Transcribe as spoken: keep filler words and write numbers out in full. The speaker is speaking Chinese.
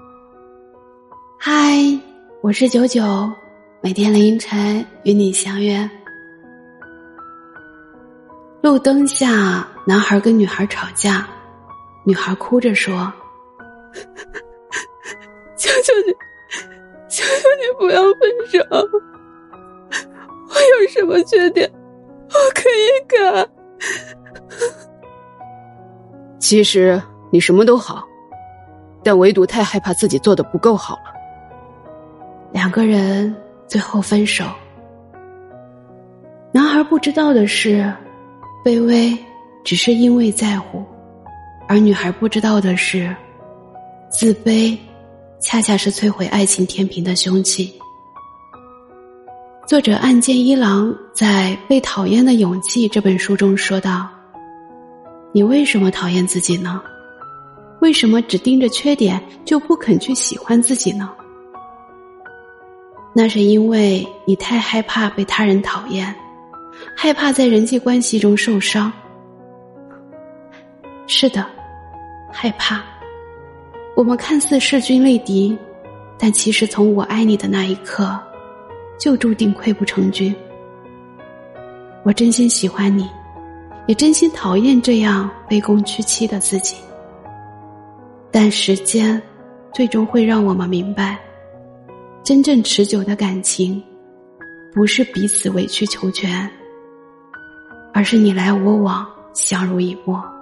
嗨，我是九九，每天凌晨与你相约。路灯下，男孩跟女孩吵架，女孩哭着说：求求你，求求你不要分手，我有什么缺点我可以改。 其实你什么都好，但唯独太害怕自己做得不够好了。 两个人最后分手。男孩不知道的是，卑微只是因为在乎，而女孩不知道的是，自卑恰恰是摧毁爱情天平的凶器。作者岸见一郎在《被讨厌的勇气》这本书中说道，你为什么讨厌自己呢？为什么只盯着缺点就不肯去喜欢自己呢？那是因为你太害怕被他人讨厌，害怕在人际关系中受伤。是的，害怕。我们看似势均力敌，但其实从我爱你的那一刻，就注定溃不成军。我真心喜欢你，也真心讨厌这样卑躬屈膝的自己。但时间最终会让我们明白，真正持久的感情，不是彼此委曲求全，而是你来我往，相濡以沫。